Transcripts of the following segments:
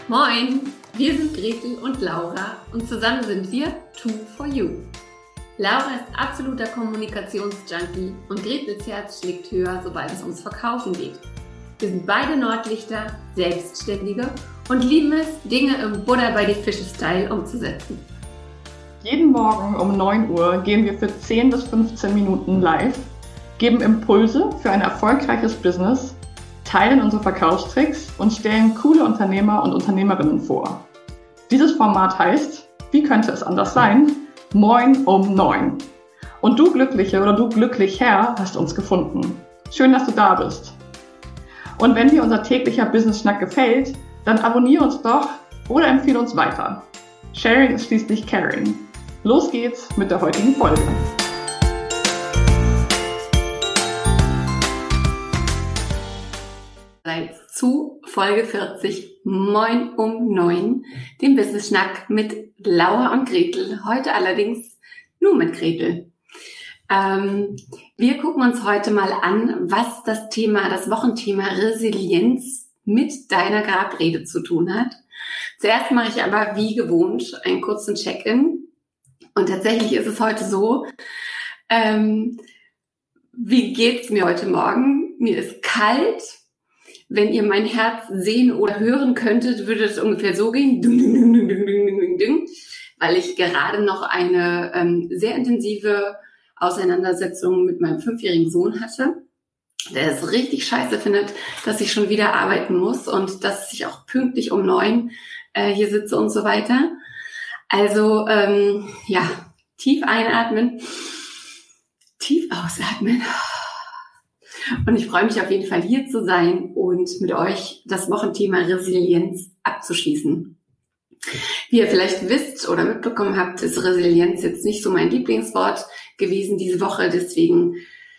Moin, wir sind Gretel und Laura und zusammen sind wir Two4U. Laura ist absoluter Kommunikationsjunkie und Gretels Herz schlägt höher, sobald es ums Verkaufen geht. Wir sind beide Nordlichter, Selbstständige und lieben es, Dinge im Butter-bei-die-Fische-Style umzusetzen. Jeden Morgen um 9 Uhr gehen wir für 10 bis 15 Minuten live, geben Impulse für ein erfolgreiches Business, teilen unsere Verkaufstricks und stellen coole Unternehmer und Unternehmerinnen vor. Dieses Format heißt, wie könnte es anders sein? Moin um 9. Und du Glückliche oder du Glücklicher hast uns gefunden. Schön, dass du da bist. Und wenn dir unser täglicher Business-Schnack gefällt, dann abonniere uns doch oder empfehle uns weiter. Sharing ist schließlich caring. Los geht's mit der heutigen Folge. Zu Folge 40, Moin um 9, dem Business-Schnack mit Laura und Gretel. Heute allerdings nur mit Gretel. Wir gucken uns heute mal an, was das Wochenthema Resilienz mit deiner Grabrede zu tun hat. Zuerst mache ich aber wie gewohnt einen kurzen Check-in. Und tatsächlich ist es heute so, wie geht's mir heute Morgen? Mir ist kalt. Wenn ihr mein Herz sehen oder hören könntet, würde es ungefähr so gehen, weil ich gerade noch eine sehr intensive Auseinandersetzung mit meinem 5-jährigen Sohn hatte, der es richtig scheiße findet, dass ich schon wieder arbeiten muss und dass ich auch pünktlich um 9 hier sitze und so weiter. Also tief einatmen, tief ausatmen. Und ich freue mich auf jeden Fall, hier zu sein und mit euch das Wochenthema Resilienz abzuschließen. Wie ihr vielleicht wisst oder mitbekommen habt, ist Resilienz jetzt nicht so mein Lieblingswort gewesen diese Woche. Deswegen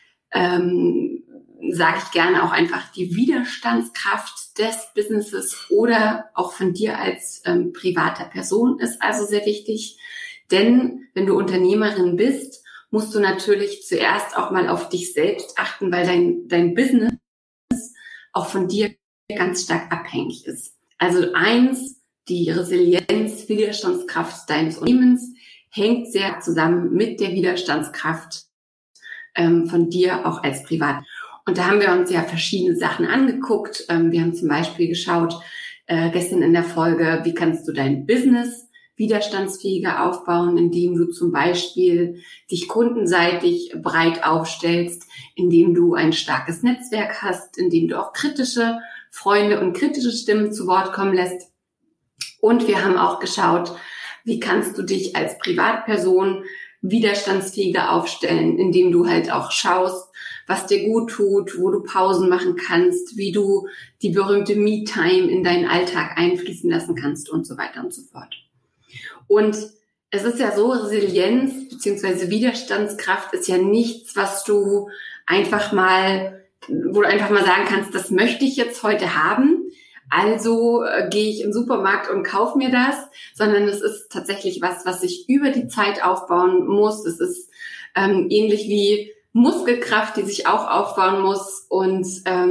sage ich gerne auch einfach die Widerstandskraft des Businesses oder auch von dir als privater Person ist also sehr wichtig. Denn wenn du Unternehmerin bist, musst du natürlich zuerst auch mal auf dich selbst achten, weil dein Business auch von dir ganz stark abhängig ist. Also die Resilienz, Widerstandskraft deines Unternehmens hängt sehr zusammen mit der Widerstandskraft von dir auch als Privat. Und da haben wir uns ja verschiedene Sachen angeguckt. Wir haben zum Beispiel geschaut, gestern in der Folge, wie kannst du dein Business widerstandsfähiger aufbauen, indem du zum Beispiel dich kundenseitig breit aufstellst, indem du ein starkes Netzwerk hast, indem du auch kritische Freunde und kritische Stimmen zu Wort kommen lässt. Und wir haben auch geschaut, wie kannst du dich als Privatperson widerstandsfähiger aufstellen, indem du halt auch schaust, was dir gut tut, wo du Pausen machen kannst, wie du die berühmte Me-Time in deinen Alltag einfließen lassen kannst und so weiter und so fort. Und es ist ja so, Resilienz bzw. Widerstandskraft ist ja nichts, wo du einfach mal sagen kannst, das möchte ich jetzt heute haben, also gehe ich in den Supermarkt und kaufe mir das, sondern es ist tatsächlich was ich über die Zeit aufbauen muss. Es ist ähnlich wie Muskelkraft, die sich auch aufbauen muss. Und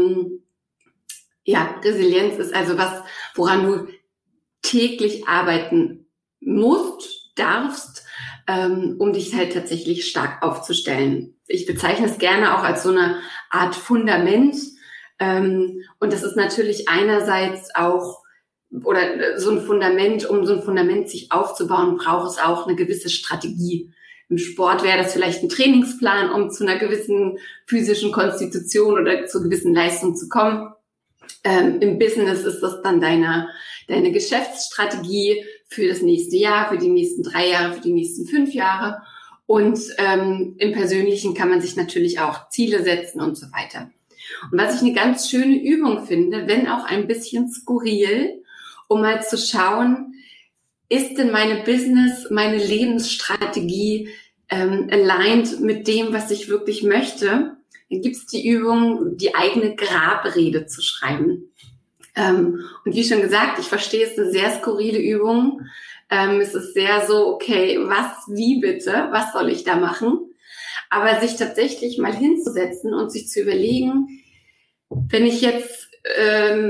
Resilienz ist also was, woran du täglich arbeiten darfst, um dich halt tatsächlich stark aufzustellen. Ich bezeichne es gerne auch als so eine Art Fundament. Und das ist natürlich einerseits auch, oder so ein Fundament, um so ein Fundament sich aufzubauen, braucht es auch eine gewisse Strategie. Im Sport wäre das vielleicht ein Trainingsplan, um zu einer gewissen physischen Konstitution oder zu gewissen Leistungen zu kommen. Im Business ist das dann deine Geschäftsstrategie für das nächste Jahr, für die nächsten 3 Jahre, für die nächsten 5 Jahre. Und im Persönlichen kann man sich natürlich auch Ziele setzen und so weiter. Und was ich eine ganz schöne Übung finde, wenn auch ein bisschen skurril, um mal zu schauen, ist denn meine Lebensstrategie aligned mit dem, was ich wirklich möchte? Dann gibt es die Übung, die eigene Grabrede zu schreiben. Und wie schon gesagt, ich verstehe, es ist eine sehr skurrile Übung. Es ist sehr so, okay, wie bitte? Was soll ich da machen? Aber sich tatsächlich mal hinzusetzen und sich zu überlegen, wenn ich jetzt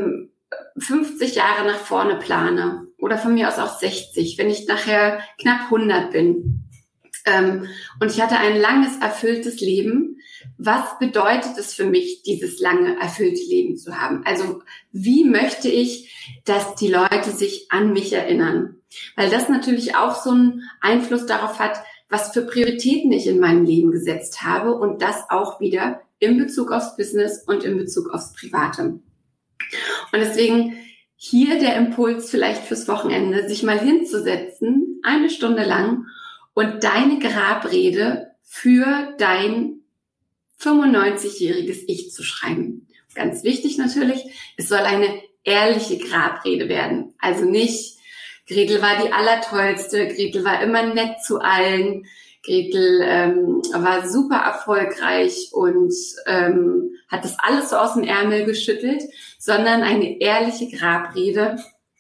50 Jahre nach vorne plane oder von mir aus auch 60, wenn ich nachher knapp 100 bin und ich hatte ein langes, erfülltes Leben, was bedeutet es für mich, dieses lange, erfüllte Leben zu haben? Also wie möchte ich, dass die Leute sich an mich erinnern? Weil das natürlich auch so einen Einfluss darauf hat, was für Prioritäten ich in meinem Leben gesetzt habe und das auch wieder in Bezug aufs Business und in Bezug aufs Private. Und deswegen hier der Impuls vielleicht fürs Wochenende, sich mal hinzusetzen, 1 Stunde lang und deine Grabrede für dein 95-jähriges Ich zu schreiben. Ganz wichtig natürlich, es soll eine ehrliche Grabrede werden. Also nicht, Gretel war die Allertollste, Gretel war immer nett zu allen, Gretel war super erfolgreich und hat das alles so aus dem Ärmel geschüttelt, sondern eine ehrliche Grabrede,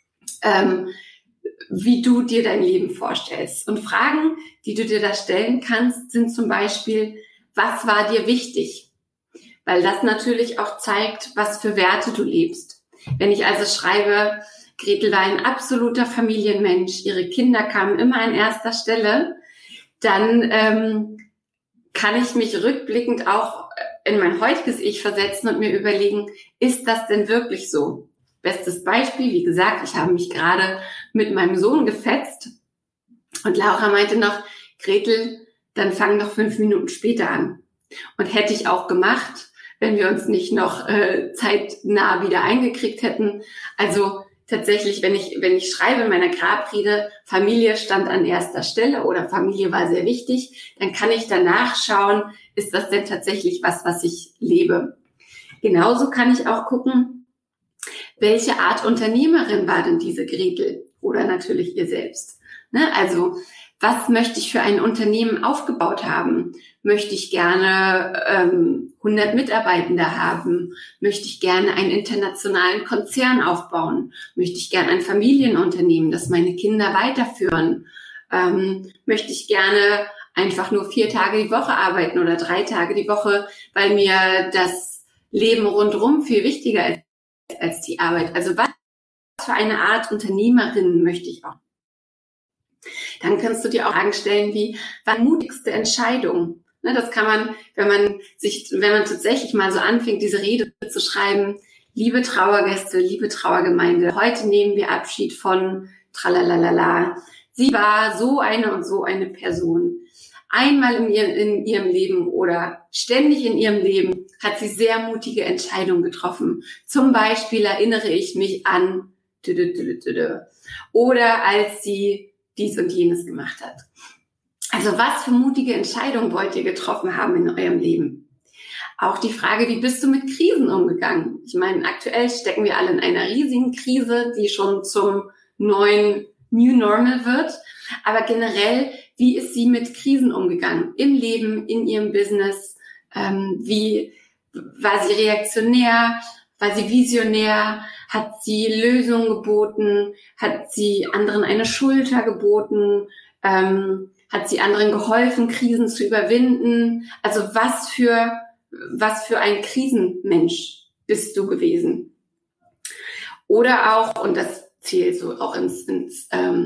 wie du dir dein Leben vorstellst. Und Fragen, die du dir da stellen kannst, sind zum Beispiel, was war dir wichtig? Weil das natürlich auch zeigt, was für Werte du lebst. Wenn ich also schreibe, Gretel war ein absoluter Familienmensch, ihre Kinder kamen immer an erster Stelle, dann kann ich mich rückblickend auch in mein heutiges Ich versetzen und mir überlegen, ist das denn wirklich so? Bestes Beispiel, wie gesagt, ich habe mich gerade mit meinem Sohn gefetzt und Laura meinte noch, Gretel, dann fang doch 5 Minuten später an. Und hätte ich auch gemacht, wenn wir uns nicht noch zeitnah wieder eingekriegt hätten. Also tatsächlich, wenn ich schreibe in meiner Grabrede, Familie stand an erster Stelle oder Familie war sehr wichtig, dann kann ich danach schauen, ist das denn tatsächlich was ich lebe? Genauso kann ich auch gucken, welche Art Unternehmerin war denn diese Gretel oder natürlich ihr selbst? Ne? Also was möchte ich für ein Unternehmen aufgebaut haben? Möchte ich gerne 100 Mitarbeitende haben? Möchte ich gerne einen internationalen Konzern aufbauen? Möchte ich gerne ein Familienunternehmen, das meine Kinder weiterführen? Möchte ich gerne einfach nur 4 Tage die Woche arbeiten oder 3 Tage die Woche, weil mir das Leben rundherum viel wichtiger ist als die Arbeit? Also was für eine Art Unternehmerin möchte ich auch? Dann kannst du dir auch Fragen stellen wie, was die mutigste Entscheidung? Ne, das kann man, wenn man tatsächlich mal so anfängt, diese Rede zu schreiben, liebe Trauergäste, liebe Trauergemeinde, heute nehmen wir Abschied von Tralalala. Sie war so eine und so eine Person. Einmal in ihrem Leben oder ständig in ihrem Leben hat sie sehr mutige Entscheidungen getroffen. Zum Beispiel erinnere ich mich an oder als sie dies und jenes gemacht hat. Also was für mutige Entscheidungen wollt ihr getroffen haben in eurem Leben? Auch die Frage, wie bist du mit Krisen umgegangen? Ich meine, aktuell stecken wir alle in einer riesigen Krise, die schon zum neuen New Normal wird. Aber generell, wie ist sie mit Krisen umgegangen? Im Leben, in ihrem Business? Wie war sie reaktionär? War sie visionär? Hat sie Lösungen geboten? Hat sie anderen eine Schulter geboten? Hat sie anderen geholfen, Krisen zu überwinden? Also was für ein Krisenmensch bist du gewesen? Oder auch, und das zählt so auch ins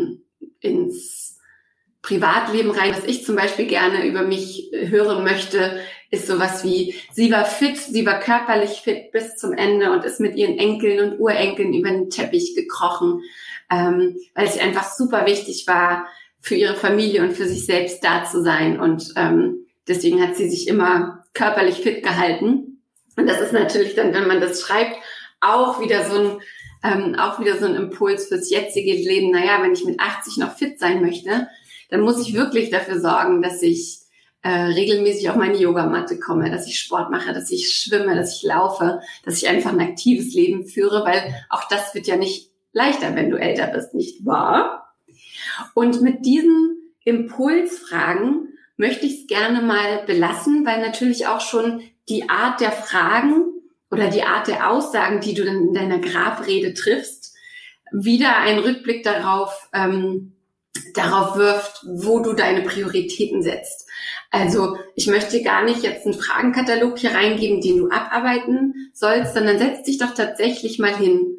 Privatleben rein, was ich zum Beispiel gerne über mich hören möchte, ist sowas wie, sie war fit, sie war körperlich fit bis zum Ende und ist mit ihren Enkeln und Urenkeln über den Teppich gekrochen, weil es einfach super wichtig war, für ihre Familie und für sich selbst da zu sein. Und deswegen hat sie sich immer körperlich fit gehalten. Und das ist natürlich dann, wenn man das schreibt, auch wieder so ein Impuls fürs jetzige Leben. Naja, wenn ich mit 80 noch fit sein möchte, dann muss ich wirklich dafür sorgen, dass ich regelmäßig auf meine Yogamatte komme, dass ich Sport mache, dass ich schwimme, dass ich laufe, dass ich einfach ein aktives Leben führe, weil auch das wird ja nicht leichter, wenn du älter bist, nicht wahr? Und mit diesen Impulsfragen möchte ich es gerne mal belassen, weil natürlich auch schon die Art der Fragen oder die Art der Aussagen, die du dann in deiner Grabrede triffst, wieder einen Rückblick darauf wirft, wo du deine Prioritäten setzt. Also ich möchte gar nicht jetzt einen Fragenkatalog hier reingeben, den du abarbeiten sollst, sondern setz dich doch tatsächlich mal hin.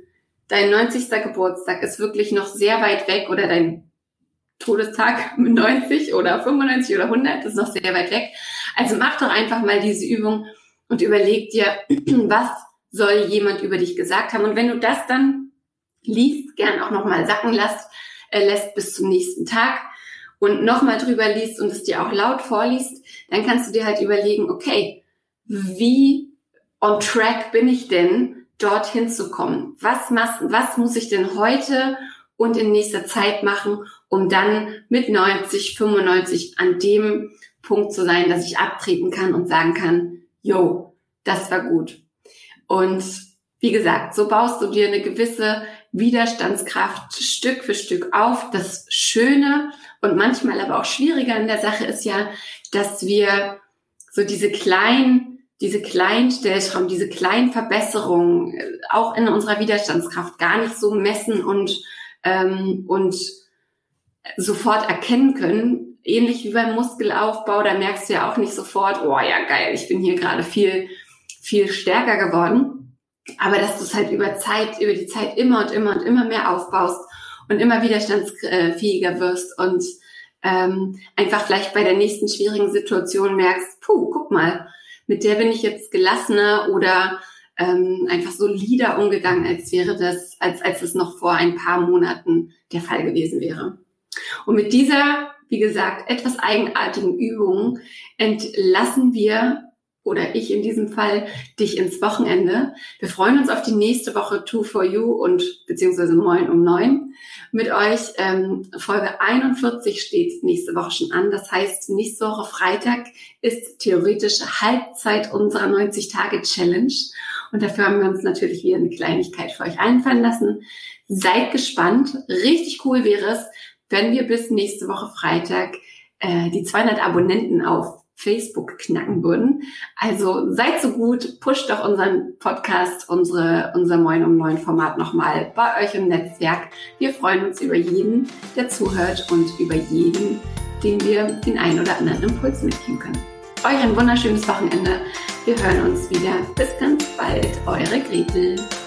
dein 90. Geburtstag ist wirklich noch sehr weit weg oder dein Todestag mit 90 oder 95 oder 100 ist noch sehr weit weg. Also mach doch einfach mal diese Übung und überleg dir, was soll jemand über dich gesagt haben. Und wenn du das dann liest, gern auch nochmal sacken lässt bis zum nächsten Tag und nochmal drüber liest und es dir auch laut vorliest, dann kannst du dir halt überlegen, okay, wie on track bin ich denn, dorthin zu kommen? Was muss ich denn heute und in nächster Zeit machen, um dann mit 90, 95 an dem Punkt zu sein, dass ich abtreten kann und sagen kann, yo, das war gut. Und wie gesagt, so baust du dir eine gewisse Widerstandskraft Stück für Stück auf. Das Schöne und manchmal aber auch Schwierige an der Sache ist ja, dass wir so diese kleinen Stellschrauben, diese kleinen Verbesserungen auch in unserer Widerstandskraft gar nicht so messen und sofort erkennen können. Ähnlich wie beim Muskelaufbau, da merkst du ja auch nicht sofort, oh ja geil, ich bin hier gerade viel, viel stärker geworden. Aber dass du es halt über die Zeit immer und immer und immer mehr aufbaust und immer widerstandsfähiger wirst und einfach vielleicht bei der nächsten schwierigen Situation merkst, guck mal, mit der bin ich jetzt gelassener oder einfach solider umgegangen, als es noch vor ein paar Monaten der Fall gewesen wäre. Und mit dieser, wie gesagt, etwas eigenartigen Übung entlassen wir, oder ich in diesem Fall, dich ins Wochenende. Wir freuen uns auf die nächste Woche 2 for You und beziehungsweise Moin um 9 mit euch. Folge 41 steht nächste Woche schon an. Das heißt, nächste Woche Freitag ist theoretisch Halbzeit unserer 90-Tage-Challenge. Und dafür haben wir uns natürlich wieder eine Kleinigkeit für euch einfallen lassen. Seid gespannt. Richtig cool wäre es, wenn wir bis nächste Woche Freitag die 200 Abonnenten auf Facebook knacken würden. Also seid so gut, pusht doch unseren Podcast, unser Moin um 9 Format nochmal bei euch im Netzwerk. Wir freuen uns über jeden, der zuhört und über jeden, dem wir den einen oder anderen Impuls mitgeben können. Euch ein wunderschönes Wochenende. Wir hören uns wieder. Bis ganz bald. Eure Gretel.